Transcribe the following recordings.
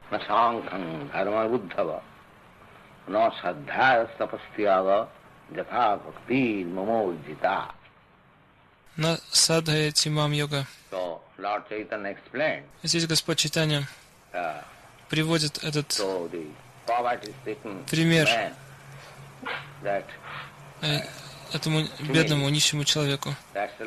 Насанкам дхарма буддхава, но саддхая стапастьява, джатха бхакти мамоджита. На садхая тимам йога. Здесь Господь Чайтанья приводит этот пример этому бедному, нищему человеку.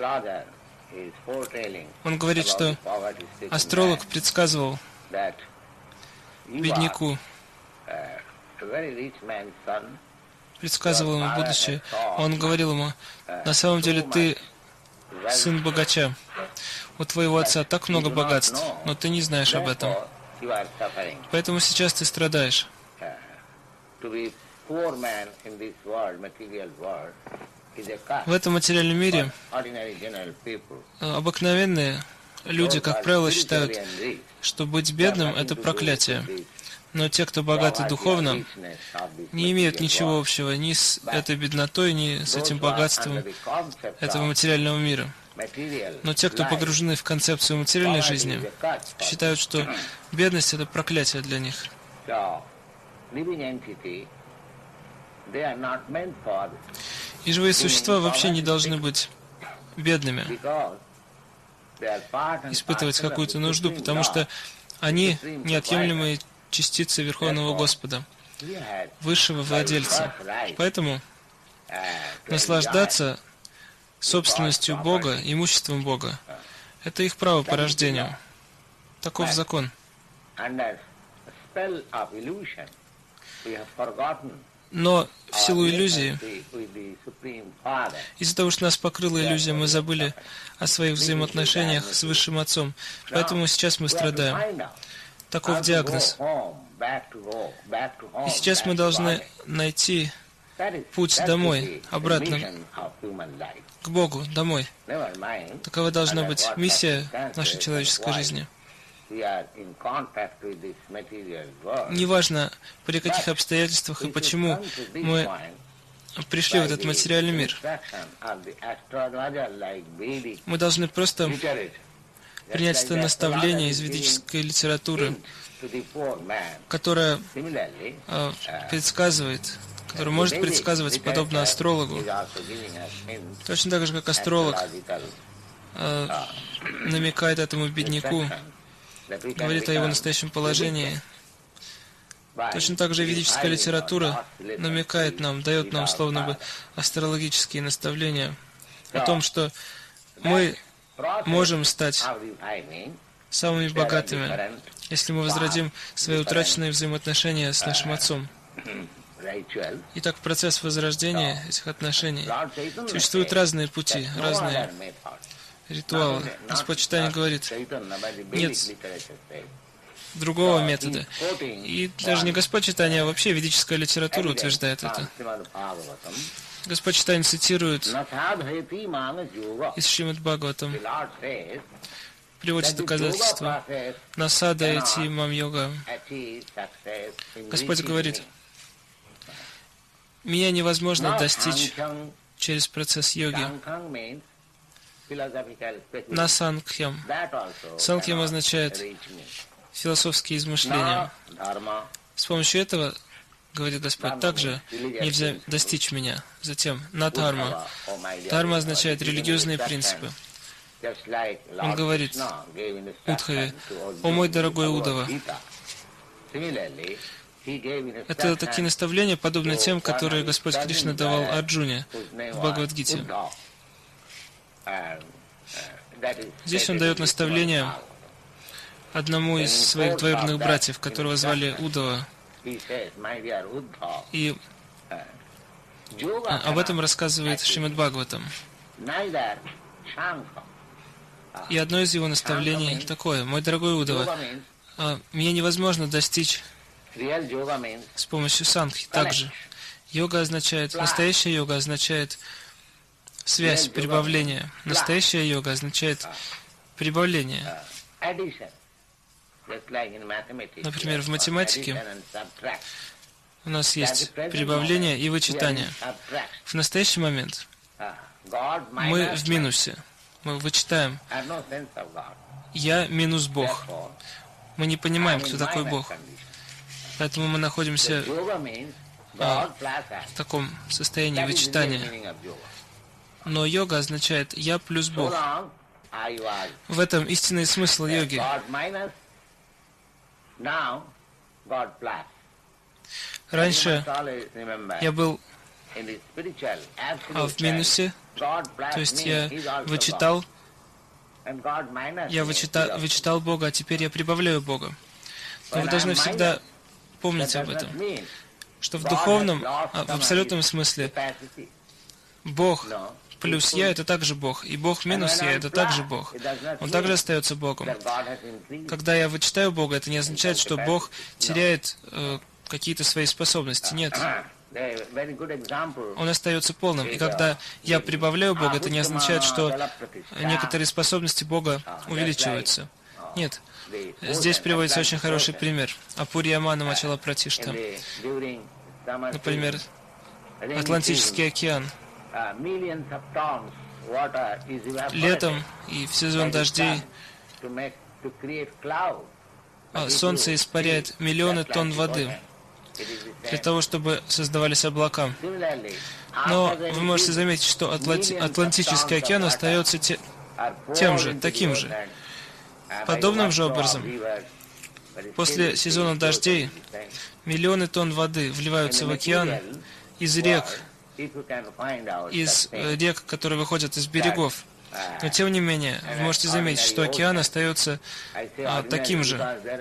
Он говорит, что астролог предсказывал бедняку, предсказывал ему будущее. Он говорил ему: на самом деле ты сын богача. У твоего отца так много богатств, но ты не знаешь об этом. Поэтому сейчас ты страдаешь. В этом материальном мире обыкновенные люди, как правило, считают, что быть бедным – это проклятие. Но те, кто богаты духовно, не имеют ничего общего ни с этой беднотой, ни с этим богатством этого материального мира. Но те, кто погружены в концепцию материальной жизни, считают, что бедность – это проклятие для них. И живые существа вообще не должны быть бедными, испытывать какую-то нужду, потому что они неотъемлемые частицы Верховного Господа, высшего владельца. Поэтому наслаждаться собственностью Бога, имуществом Бога – это их право по рождению. Таков закон. Но в силу иллюзии, из-за того, что нас покрыла иллюзия, мы забыли о своих взаимоотношениях с Высшим Отцом. Поэтому сейчас мы страдаем. Таков диагноз. И сейчас мы должны найти путь домой, обратно к Богу, домой. Такова должна быть миссия нашей человеческой жизни. Неважно, при каких обстоятельствах и почему мы пришли в этот материальный мир. Мы должны просто принять это наставление из ведической литературы, которая предсказывает, который может предсказывать подобно астрологу. Точно так же, как астролог намекает этому бедняку, говорит о его настоящем положении. Точно так же ведическая литература намекает нам, дает нам словно бы астрологические наставления о том, что мы можем стать самыми богатыми, если мы возродим свои утраченные взаимоотношения с нашим Отцом. Итак, процесс возрождения этих отношений. Существуют разные пути, разные ритуалы. Господь Чайтанья говорит, нет другого метода. И даже не Господь Чайтанья, а вообще ведическая литература утверждает это. Господь Чайтанья цитирует из Шримад Бхагаватам, приводит доказательства насада идти мам йога. Господь говорит, меня невозможно достичь через процесс йоги. На санкхьям. Санкхьям означает философские измышления. С помощью этого, говорит Господь, также нельзя достичь меня. Затем на дхарма. Дхарма означает религиозные принципы. Он говорит Удхаве: «О мой дорогой Удава». Это такие наставления, подобные тем, которые Господь Кришна давал Арджуне в Бхагавад-гите. Здесь он дает наставление одному из своих двоюродных братьев, которого звали Удава. И об этом рассказывает Шримад Бхагаватам. И одно из его наставлений такое: «Мой дорогой Удава, мне невозможно достичь с помощью санкхи». Также йога означает, настоящая йога означает связь, прибавление. Настоящая йога означает прибавление. Например, в математике у нас есть прибавление и вычитание. В настоящий момент мы в минусе. Мы вычитаем «я минус Бог». Мы не понимаем, кто такой Бог. Поэтому мы находимся в таком состоянии вычитания. Но йога означает «я плюс Бог». В этом истинный смысл йоги. Раньше я был в минусе, то есть я вычитал Бога, а теперь я прибавляю Бога. Но вы должны всегда помнить об этом, что в духовном, в абсолютном смысле, Бог плюс я — это также Бог, и Бог минус я — это также Бог. Он также остается Богом. Когда я вычитаю Бога, это не означает, что Бог теряет какие-то свои способности. Нет. Он остается полным. И когда я прибавляю Бога, это не означает, что некоторые способности Бога увеличиваются. Нет. Здесь приводится очень хороший пример. Апурьямана Мачала Пратишта. Например, Атлантический океан. Летом и в сезон дождей солнце испаряет миллионы тонн воды для того, чтобы создавались облака. Но вы можете заметить, что Атлантический океан остается тем же, таким же. Подобным же образом, после сезона дождей миллионы тонн воды вливаются в океан из рек, которые выходят из берегов. Но тем не менее, вы можете заметить, что океан остается таким же.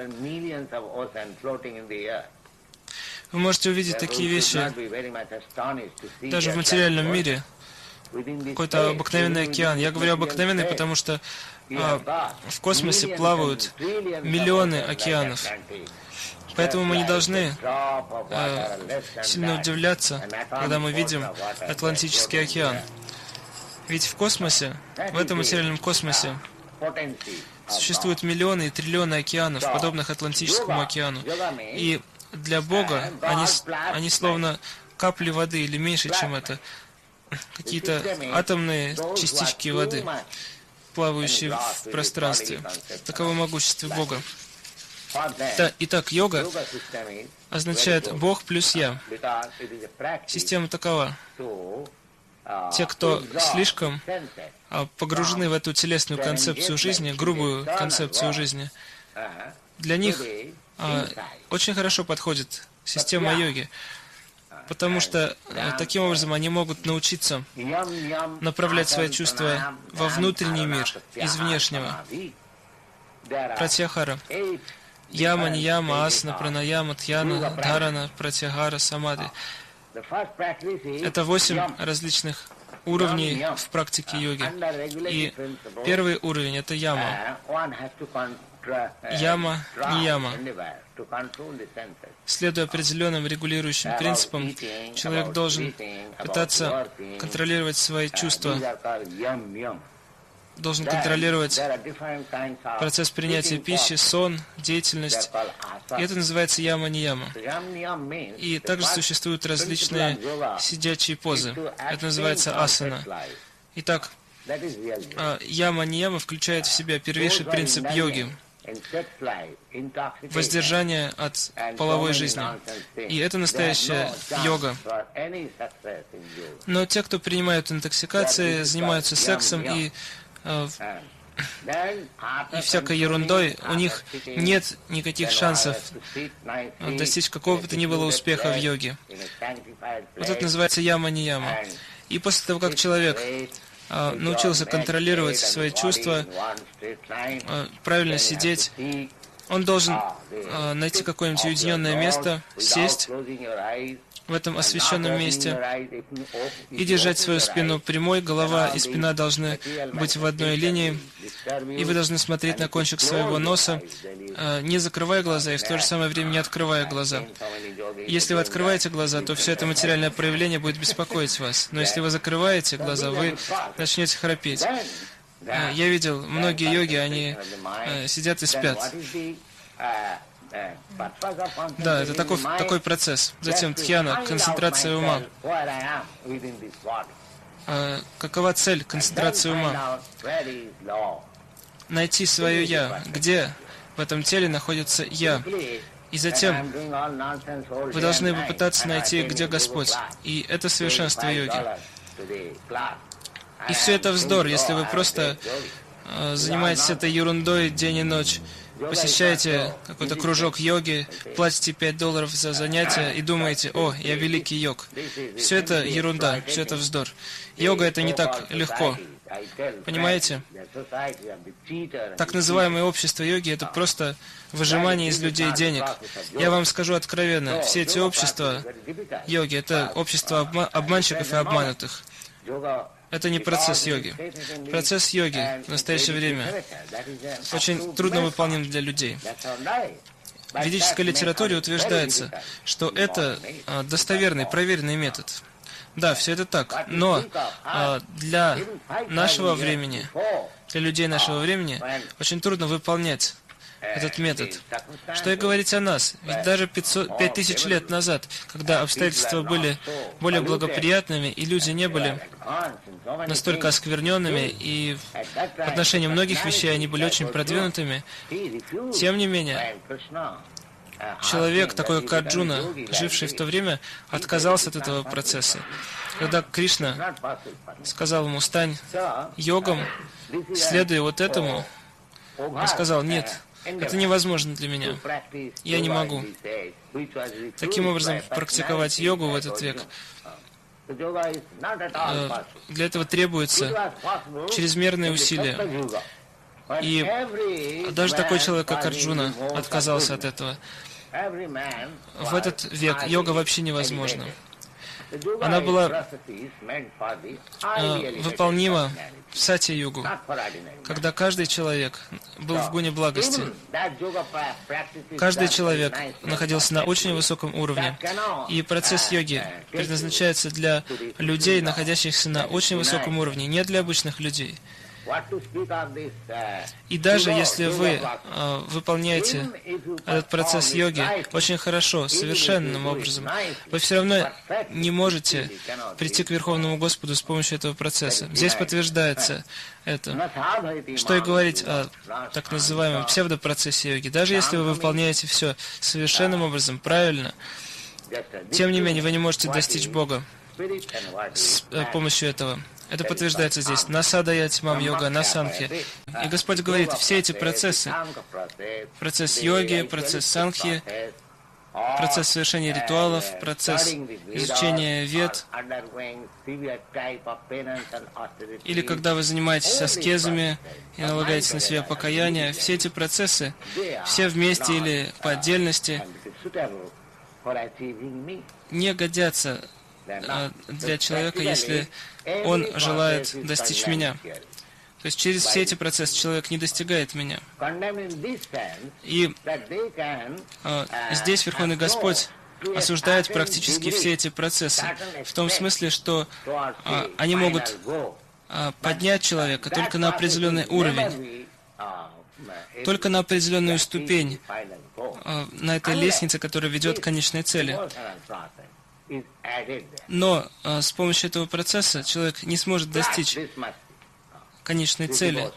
Вы можете увидеть такие вещи даже в материальном мире. Какой-то обыкновенный океан. Я говорю обыкновенный, потому что в космосе плавают миллионы океанов. Поэтому мы не должны сильно удивляться, когда мы видим Атлантический океан. Ведь в космосе, в этом материальном космосе, существуют миллионы и триллионы океанов, подобных Атлантическому океану. И для Бога они словно капли воды или меньше, чем это. Какие-то атомные частички воды, плавающие в пространстве. Таково могущество Бога. Итак, йога означает Бог плюс я. Система такова. Те, кто слишком погружены в эту телесную концепцию жизни, грубую концепцию жизни, для них очень хорошо подходит система йоги, потому что таким образом они могут научиться направлять свои чувства во внутренний мир из внешнего. Пратьяхара. Яма, нияма, асана, пранаяма, дхьяна, дхарана, пратьяхара, самадхи. Это 8 различных уровней в практике йоги. И первый уровень — это яма. Яма, нияма. Следуя определенным регулирующим принципам, человек должен пытаться контролировать свои чувства, должен контролировать процесс принятия пищи, сон, деятельность. И это называется яма-нияма. И также существуют различные сидячие позы. Это называется асана. Итак, яма-нияма включает в себя первейший принцип йоги — воздержание от половой жизни. И это настоящая йога. Но те, кто принимают интоксикации, занимаются сексом и всякой ерундой, у них нет никаких шансов достичь какого бы то ни было успеха в йоге. Вот это называется яма-нияма. И после того, как человек научился контролировать свои чувства, правильно сидеть, он должен найти какое-нибудь уединенное место, сесть в этом освещенном месте и держать свою спину прямой. Голова и спина должны быть в одной линии, и вы должны смотреть на кончик своего носа, не закрывая глаза и в то же самое время не открывая глаза. Если вы открываете глаза, то все это материальное проявление будет беспокоить вас. Но если вы закрываете глаза, вы начнете храпеть. Я видел, многие йоги, они сидят и спят. Да, это такой процесс. Затем дхьяна, концентрация ума. Какова цель концентрации ума? Найти свое «я». Где в этом теле находится «я». И затем вы должны попытаться найти, где Господь. И это совершенство йоги. И все это вздор, если вы просто занимаетесь этой ерундой день и ночь, посещаете какой-то кружок йоги, платите $5 за занятие и думаете: «О, я великий йог». Все это ерунда, все это вздор. Йога — это не так легко. Понимаете? Так называемое общество йоги — это просто выжимание из людей денег. Я вам скажу откровенно, все эти общества йоги — это общество обманщиков и обманутых. Это не процесс йоги. Процесс йоги в настоящее время очень трудно выполним для людей. В ведической литературе утверждается, что это достоверный, проверенный метод. Да, все это так, но для нашего времени, для людей нашего времени, очень трудно выполнять этот метод. Что и говорить о нас, ведь даже 5000 лет назад, когда обстоятельства были более благоприятными, и люди не были настолько оскверненными, и в отношении многих вещей они были очень продвинутыми, тем не менее, человек, такой как Арджуна, живший в то время, отказался от этого процесса. Когда Кришна сказал ему: «Стань йогом, следуй вот этому», он сказал: «Нет, это невозможно для меня. Я не могу». Таким образом, практиковать йогу в этот век, для этого требуется чрезмерные усилия. И даже такой человек, как Арджуна, отказался от этого. В этот век йога вообще невозможна. Она была выполнима в сати-югу, когда каждый человек был в гуне благости. Каждый человек находился на очень высоком уровне. И процесс йоги предназначается для людей, находящихся на очень высоком уровне, не для обычных людей. И даже если вы выполняете этот процесс йоги очень хорошо, совершенным образом, вы все равно не можете прийти к Верховному Господу с помощью этого процесса. Здесь подтверждается это. Что и говорить о так называемом псевдопроцессе йоги. Даже если вы выполняете все совершенным образом, правильно, тем не менее вы не можете достичь Бога с помощью этого. Это подтверждается здесь. Насадаять мам йога, на санхе. И Господь говорит, все эти процессы, процесс йоги, процесс санхи, процесс совершения ритуалов, процесс изучения вед, или когда вы занимаетесь аскезами и налагаете на себя покаяние, все эти процессы, все вместе или по отдельности, не годятся для человека, если он желает достичь меня. То есть через все эти процессы человек не достигает меня. И здесь Верховный Господь осуждает практически все эти процессы, в том смысле, что они могут поднять человека только на определенный уровень, только на определенную ступень на этой лестнице, которая ведет к конечной цели. Но с помощью этого процесса человек не сможет достичь конечной цели,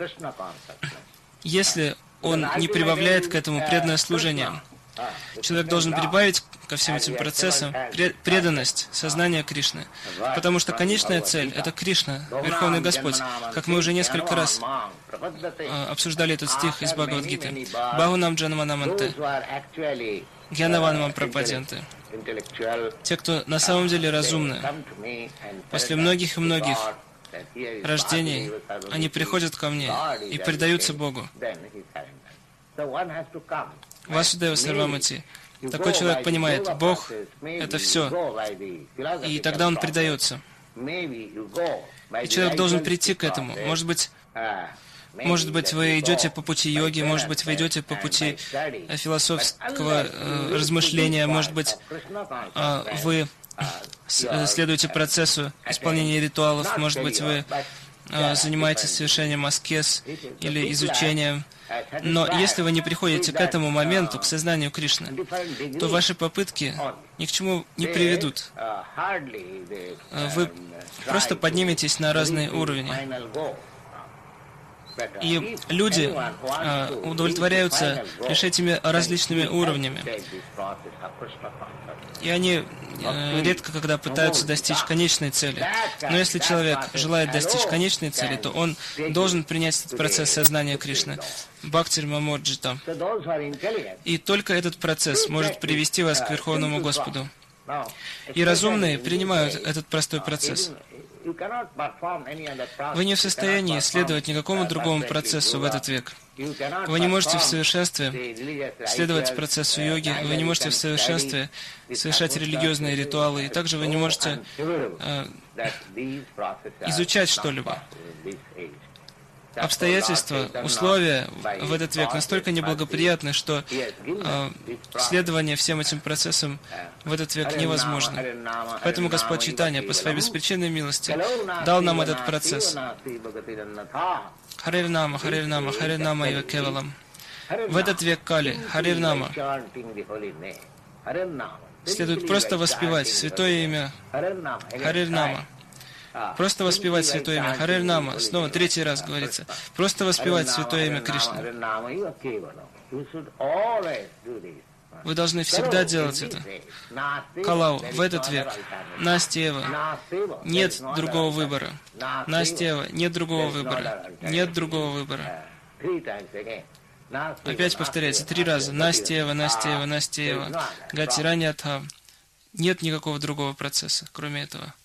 если он не прибавляет к этому преданное служение. Человек должен прибавить ко всем этим процессам преданность, сознание Кришны. Потому что конечная цель — это Кришна, Верховный Господь. Как мы уже несколько раз обсуждали этот стих из Бхагавад-гиты. «Бахунам джанаманаманте, гьянаванамам прападенте». Те, кто на самом деле разумны, после многих и многих рождений, они приходят ко мне и предаются Богу. Васудева Сарвамати. Такой человек понимает, Бог — это все, и тогда он предается. И человек должен прийти к этому. Может быть, вы идете по пути йоги, может быть, вы идете по пути философского размышления, может быть, вы следуете процессу исполнения ритуалов, может быть, вы занимаетесь совершением аскез или изучением. Но если вы не приходите к этому моменту, к сознанию Кришны, то ваши попытки ни к чему не приведут. Вы просто подниметесь на разные уровни. И люди удовлетворяются лишь этими различными уровнями. И они редко когда пытаются достичь конечной цели. Но если человек желает достичь конечной цели, то он должен принять этот процесс сознания Кришны, Бхактир Маморджита. И только этот процесс может привести вас к Верховному Господу. И разумные принимают этот простой процесс. Вы не в состоянии следовать никакому другому процессу в этот век. Вы не можете в совершенстве следовать процессу йоги, вы не можете в совершенстве совершать религиозные ритуалы, и также вы не можете изучать что-либо. Обстоятельства, условия в этот век настолько неблагоприятны, что следование всем этим процессам в этот век невозможно. Поэтому Господь Чайтанья по своей беспричинной милости дал нам этот процесс. Харирнама, Харирнама, Харирнама Ива Кевалам. В этот век Кали, Харирнама, следует просто воспевать святое имя Харирнама. Просто воспевать святое имя Харирнама. Снова третий раз говорится. Просто воспевать святое имя Кришны. Вы должны всегда делать это. Калау, в этот век. Настева. Нет другого выбора. Настева. Нет другого выбора. Нет другого выбора. Опять повторяйте 3 раза. Настева, Настева, Настева. Гатираньятха. Нет никакого другого процесса, кроме этого.